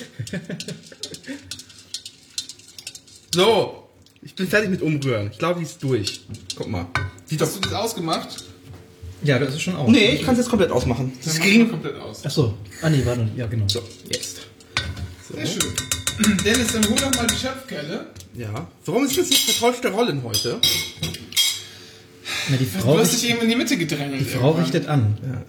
So, ich bin fertig mit Umrühren. Ich glaube, die ist durch. Guck mal. Sieht doch. Hast du das ausgemacht? Ja, das ist schon auch. Nee, ich kann es jetzt komplett ausmachen. Dann Das mach mal ging. komplett aus. Achso. Ah nee, war noch nicht. Ja, genau. So, jetzt. Sehr schön. Dennis, dann hol doch mal die Schöpfkelle. Ja. Warum ist das nicht vertauschte Rollen heute? Na, die Frau, Du hast richt, dich eben in die Mitte gedrängelt. die Frau irgendwann. richtet an. Ja.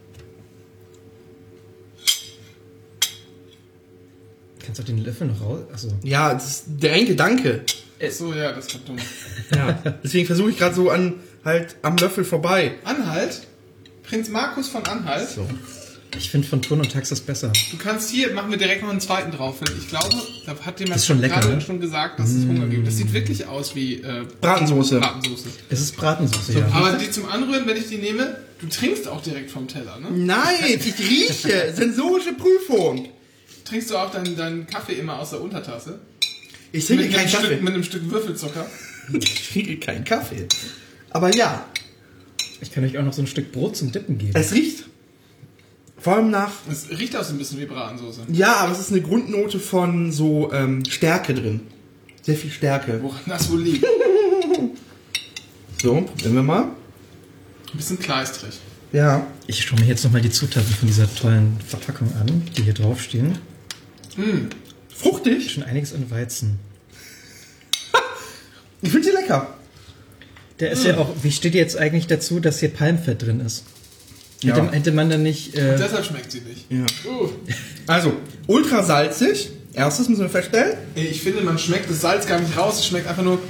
Kannst du auch den Löffel noch raus? Achso. Ja, das ist der ein Gedanke. Ach so, ja, das war dumm. Ja. Deswegen versuche ich gerade so an halt am Löffel vorbei. Anhalt? Prinz Markus von Anhalt? So. Ich finde von Turn und Taxis besser. Du kannst hier, machen wir direkt noch einen zweiten drauf. Weil ich glaube, da hat jemand Das ist schon lecker, gerade ne? schon gesagt, dass es Hunger gibt. Das sieht wirklich aus wie äh, Bratensoße. Bratensoße. Es ist Bratensauce, ja. Aber die zum Anrühren, wenn ich die nehme, du trinkst auch direkt vom Teller, ne? Nein, ich rieche. Sensorische Prüfung. Trinkst du auch deinen, deinen Kaffee immer aus der Untertasse? Ich trinke Mit, keinen einem Kaffee. Stück, mit einem Stück Würfelzucker? Ich trinke keinen Kaffee. Aber ja, Ich kann euch auch noch so ein Stück Brot zum Dippen geben. es riecht. Vor allem nach. Es riecht auch so ein bisschen wie Bratensoße. Ja, aber es ist eine Grundnote von so ähm, Stärke drin. Sehr viel Stärke. Woran das wohl liegt? So, probieren wir mal. Ein bisschen kleistrig. Ja. Ich schaue mir jetzt nochmal die Zutaten von dieser tollen Verpackung an, die hier draufstehen. Fruchtig. Schon einiges an Weizen. Ich finde sie lecker. Der ist ja auch, wie steht jetzt eigentlich dazu, dass hier Palmfett drin ist? Ja. Hätte, hätte man dann nicht... Äh, Deshalb schmeckt sie nicht. Ja. Uh. Also, ultra salzig. Erstes müssen wir feststellen. Ich finde, man schmeckt das Salz gar nicht raus. Es schmeckt einfach nur...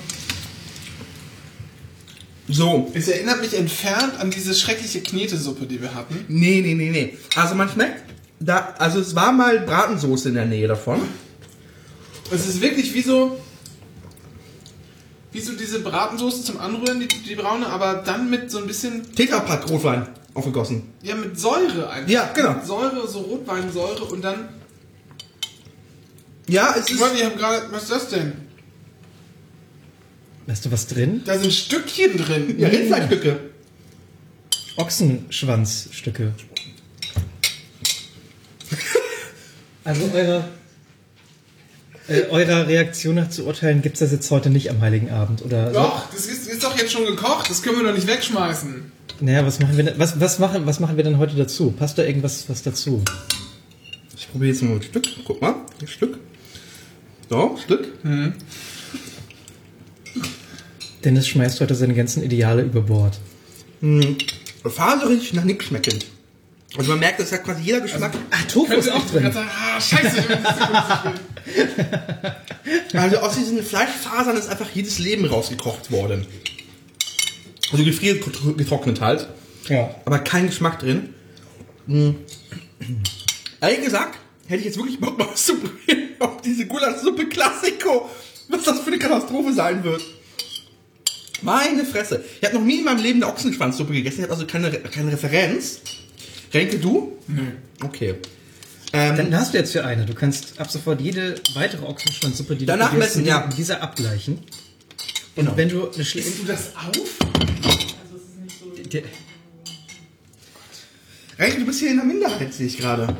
So. Es erinnert mich entfernt an diese schreckliche Knetesuppe, die wir hatten. Nee, nee, nee, nee. Also man schmeckt, da, also es war mal Bratensoße in der Nähe davon. Es ist wirklich wie so... Wie so diese Bratensoße zum Anrühren, die, die braune, aber dann mit so ein bisschen... Tetrapack Rotwein aufgegossen. Ja, mit Säure einfach. Ja, genau. Mit Säure, so Rotweinsäure und dann... Ja, es ist... Mann, ich habe gerade... Was ist das denn? Hast du was drin? Da sind Stückchen drin. Ja, Rindfleischstücke. Ochsenschwanzstücke. Also eurer, äh, eurer Reaktion nach zu urteilen, gibt es das jetzt heute nicht am Heiligen Abend, oder? Doch, das ist, ist doch jetzt schon gekocht. Das können wir doch nicht wegschmeißen. Naja, was machen wir denn, was, was machen, was machen wir denn heute dazu? Passt da irgendwas was dazu? Ich probiere jetzt mal ein Stück. Guck mal, ein Stück. So, Stück. Hm. Dennis schmeißt heute seine ganzen Ideale über Bord. Hm. Faserig nach nichts schmeckend. Also man merkt, dass ja quasi jeder Geschmack... Ach, Tofu ist auch drin. Sagen, ah, scheiße, ich bin nicht so Also aus diesen Fleischfasern ist einfach jedes Leben rausgekocht worden. Also gefriergetrocknet halt. Ja. Aber kein Geschmack drin. Hm. Ehrlich gesagt, hätte ich jetzt wirklich Bock mal auszuprobieren auf diese Gulaschsuppe Classico. Was das für eine Katastrophe sein wird. Meine Fresse. Ich habe noch nie in meinem Leben eine Ochsenschwanzsuppe gegessen. Ich habe also keine, keine Referenz. Renke, du? Nö. Okay. Ähm, Dann hast du jetzt für eine. Du kannst ab sofort jede weitere Ochsenschwanzsuppe, die Danach du probierst, messen, mit ja. mit dieser abgleichen. Und Genau. wenn du eine Schle Isst du das auf? Also es ist nicht so... Der- Renke, du bist hier in der Minderheit, sehe ich gerade.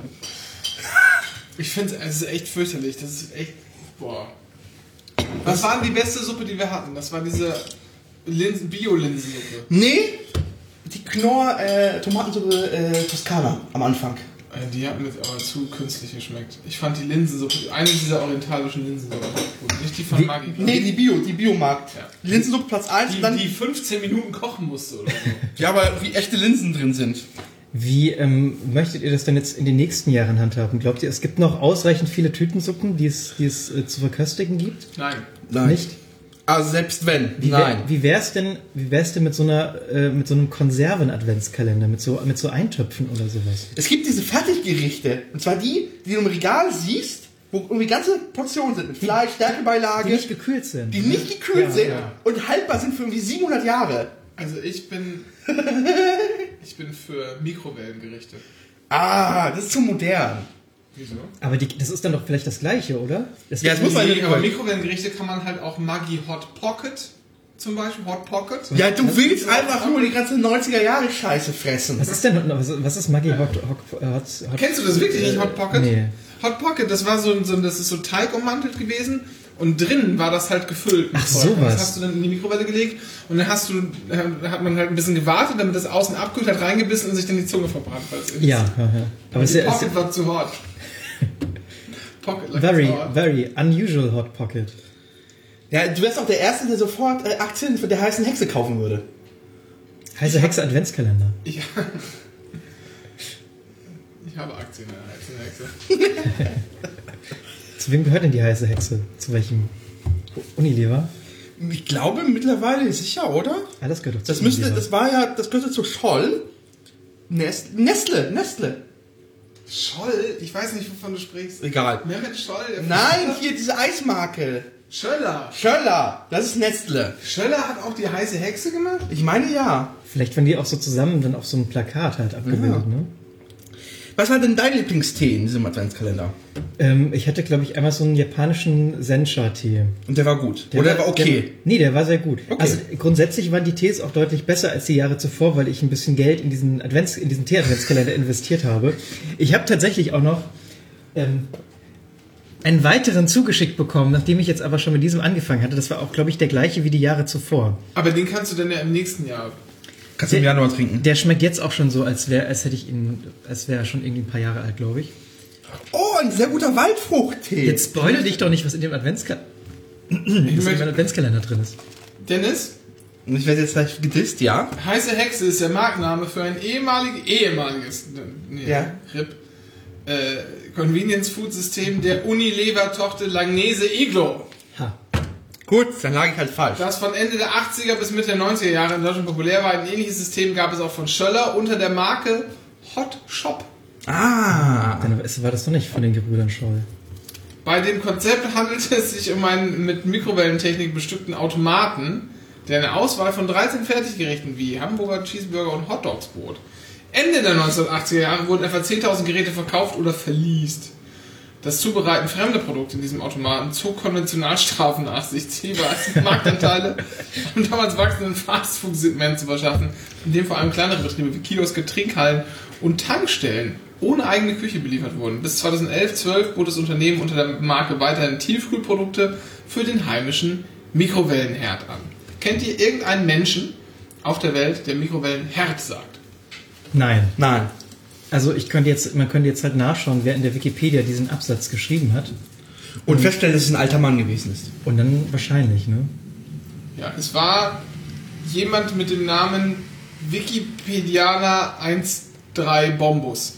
Ich finde es ist echt fürchterlich. Das ist echt... Boah. Was war denn die beste Suppe, die wir hatten? Das war diese Linsen, Bio-Linsensuppe. Nee, die Knorr äh, Tomatensuppe äh, Toskana am Anfang. Äh, Die hat mir aber zu künstlich geschmeckt. Ich fand die Linsensuppe, eine dieser orientalischen Linsensuppen gut. Nicht die von Wie- Maggi. Nee, die Bio, die Biomarkt. Ja. Linsensuppe Platz eins Die, und dann... die fünfzehn Minuten kochen musste oder so. Ja, aber wie echte Linsen drin sind. Wie ähm, möchtet ihr das denn jetzt in den nächsten Jahren handhaben? Glaubt ihr, es gibt noch ausreichend viele Tütensuppen, die es, die es äh, zu verköstigen gibt? Nein. Nein. Nicht? Also selbst wenn. Wie, wär, Nein. wie wär's denn, wie wär's denn mit so einer, äh, mit so einem Konserven-Adventskalender, mit so, mit so Eintöpfen oder sowas? Es gibt diese Fertiggerichte. Und zwar die, die du im Regal siehst, wo irgendwie ganze Portionen sind. Mit Fleisch, Stärkebeilage. Die nicht gekühlt sind. die nicht gekühlt Ja, sind ja. und haltbar sind für irgendwie siebenhundert Jahre. Also ich bin... ich bin für Mikrowellengerichte. Ah, das ist zu modern. Wieso? Aber die, das ist dann doch vielleicht das Gleiche, oder? Das Ja, es muss man Nee, nicht aber aber Mikrowellengerichte kann man halt auch Maggi Hot Pocket zum Beispiel. Hot Pocket. Ja, du willst einfach nur die ganze neunziger Jahre Scheiße fressen. Was ist denn, was, was ist Maggi Hot, Hot, Hot, Hot Kennst du das wirklich nicht, Hot Pocket? Nee. Hot Pocket, das war so, ein- so ein- das ist so Teig ummantelt gewesen und drinnen war das halt gefüllt. mit Ach, Zeug. sowas. Das hast du dann in die Mikrowelle gelegt und dann hast du, äh, hat man halt ein bisschen gewartet, damit das außen abkühlt, hat reingebissen und sich dann die Zunge verbrannt. weil es Ja, ja, ja. Aber es die ist ja, es Pocket ist war zu hot. Pocket like very, sour. very unusual Hot Pocket. Ja, du wärst auch der Erste, der sofort äh, Aktien von der heißen Hexe kaufen würde. Heiße Hexe Adventskalender. Ich, ich habe Aktien in der Hexe. Zu wem gehört denn die heiße Hexe? Zu welchem Unilever? Ich glaube mittlerweile sicher, oder? Ah, das gehört doch zu Das müsste, Unilever. das war ja, das gehörte zu Scholl. Nest, Nestle, Nestle. Scholl? Ich weiß nicht, wovon du sprichst. Egal. Mehmet Scholl? der- Nein, hier diese Eismarke. Schöller. Schöller, das ist Nestle. Schöller hat auch die heiße Hexe gemacht? Ich meine ja. Vielleicht waren die auch so zusammen dann auf so einem Plakat halt abgebildet, Ja. ne? Was war denn dein Lieblingstee in diesem Adventskalender? Ähm, ich hatte, glaube ich, einmal so einen japanischen Sencha-Tee. Und der war gut. Oder der war okay. Der, nee, der war sehr gut. Okay. Also grundsätzlich waren die Tees auch deutlich besser als die Jahre zuvor, weil ich ein bisschen Geld in diesen Advents, in diesen Tee-Adventskalender investiert habe. Ich habe tatsächlich auch noch ähm, einen weiteren zugeschickt bekommen, nachdem ich jetzt aber schon mit diesem angefangen hatte. Das war auch, glaube ich, der gleiche wie die Jahre zuvor. Aber den kannst du dann ja im nächsten Jahr. Kannst du im Januar trinken. Der schmeckt jetzt auch schon so, als wäre, als hätte ich ihn, als wäre er schon irgendwie ein paar Jahre alt, glaube ich. Oh, ein sehr guter Waldfruchttee. Jetzt spoilere dich doch nicht, was in dem Adventskalender, was in dem Adventskalender drin ist. Dennis, Und ich werde jetzt gleich gedisst, ja? heiße Hexe ist der Markenname für ein ehemalig, ehemaliges nee, Ja. R I P äh, Convenience Food System der Unilever-Tochter Langnese Iglo. Ha. Gut, dann lag ich halt falsch. Das von Ende der achtziger bis Mitte der neunziger Jahre in Deutschland populär war. Ein ähnliches System gab es auch von Schöller unter der Marke Hot Shop. Ah. Dann ist- war das doch nicht von den Gebrüdern Scholl. Bei dem Konzept handelt es sich um einen mit Mikrowellentechnik bestückten Automaten, der eine Auswahl von dreizehn Fertiggerichten wie Hamburger, Cheeseburger und Hotdogs bot. Ende der neunzehnhundertachtziger Jahre wurden etwa zehntausend Geräte verkauft oder verleast. Das Zubereiten fremder Produkte in diesem Automaten zog Konventionalstrafen nach sich. Ziel war es, Marktanteile am damals wachsenden Fastfood-Segment zu verschaffen, in dem vor allem kleinere Betriebe wie Kioske, Trinkhallen und Tankstellen ohne eigene Küche beliefert wurden. Bis zweitausendelf zwölf bot das Unternehmen unter der Marke weiterhin Tiefkühlprodukte für den heimischen Mikrowellenherd an. Kennt ihr irgendeinen Menschen auf der Welt, der Mikrowellenherd sagt? Nein. Nein. Also ich könnte jetzt, man könnte jetzt halt nachschauen, wer in der Wikipedia diesen Absatz geschrieben hat. Und feststellen, dass es ein alter Mann gewesen ist. Und dann wahrscheinlich, ne? Ja, es war jemand mit dem Namen Wikipedianer dreizehn Bombus.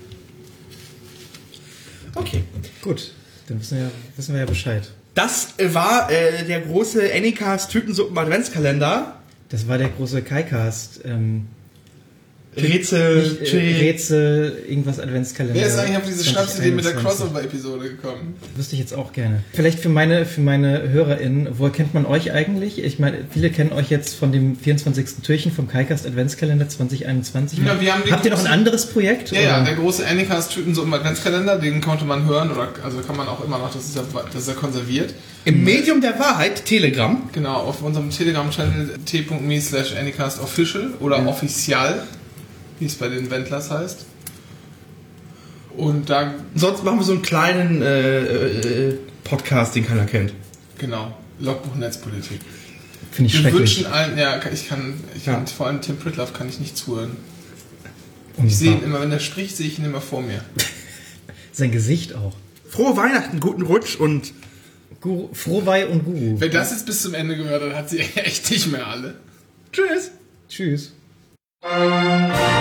Okay. Gut, dann wissen wir, wissen wir ja Bescheid. Das war äh, der große Anycast Tütensuppen Adventskalender. Das war der große KaiCast, ähm, Rätsel, nicht, äh, Rätsel, irgendwas Adventskalender. Wer ist eigentlich auf diese Schnapsidee mit der zwanzig einundzwanzig? Crossover-Episode gekommen? Wüsste ich jetzt auch gerne. Vielleicht für meine, für meine HörerInnen, woher kennt man euch eigentlich? Ich meine, viele kennen euch jetzt von dem vierundzwanzigsten Türchen vom KaiCast Adventskalender zwanzig einundzwanzig. Ja, wir haben Habt ihr noch ein anderes Projekt? Ja, oder? ja, der große Anycast Tütensuppen Adventskalender, den konnte man hören, oder also kann man auch immer noch, das ist ja, das ist ja konserviert. Im Medium der Wahrheit, Telegram. Genau, auf unserem Telegram-Channel t.me slash anycastofficial oder ja. offizial, wie es bei den Wendlers heißt. Und da... Sonst machen wir so einen kleinen äh, äh, Podcast, den keiner kennt. Genau, Logbuch Netzpolitik. Finde ich Wir schrecklich. wünschen allen, ja, ich kann, ich Ja. kann vor allem Tim Pritloff kann ich nicht zuhören. Und Ich sehe ihn immer, wenn er spricht, sehe ich ihn immer vor mir. sein Gesicht auch. Frohe Weihnachten, guten Rutsch und Guru, Frohweih und Guru. Wer das jetzt bis zum Ende gehört hat, hat sie echt nicht mehr alle. tschüss. Tschüss. Tschüss.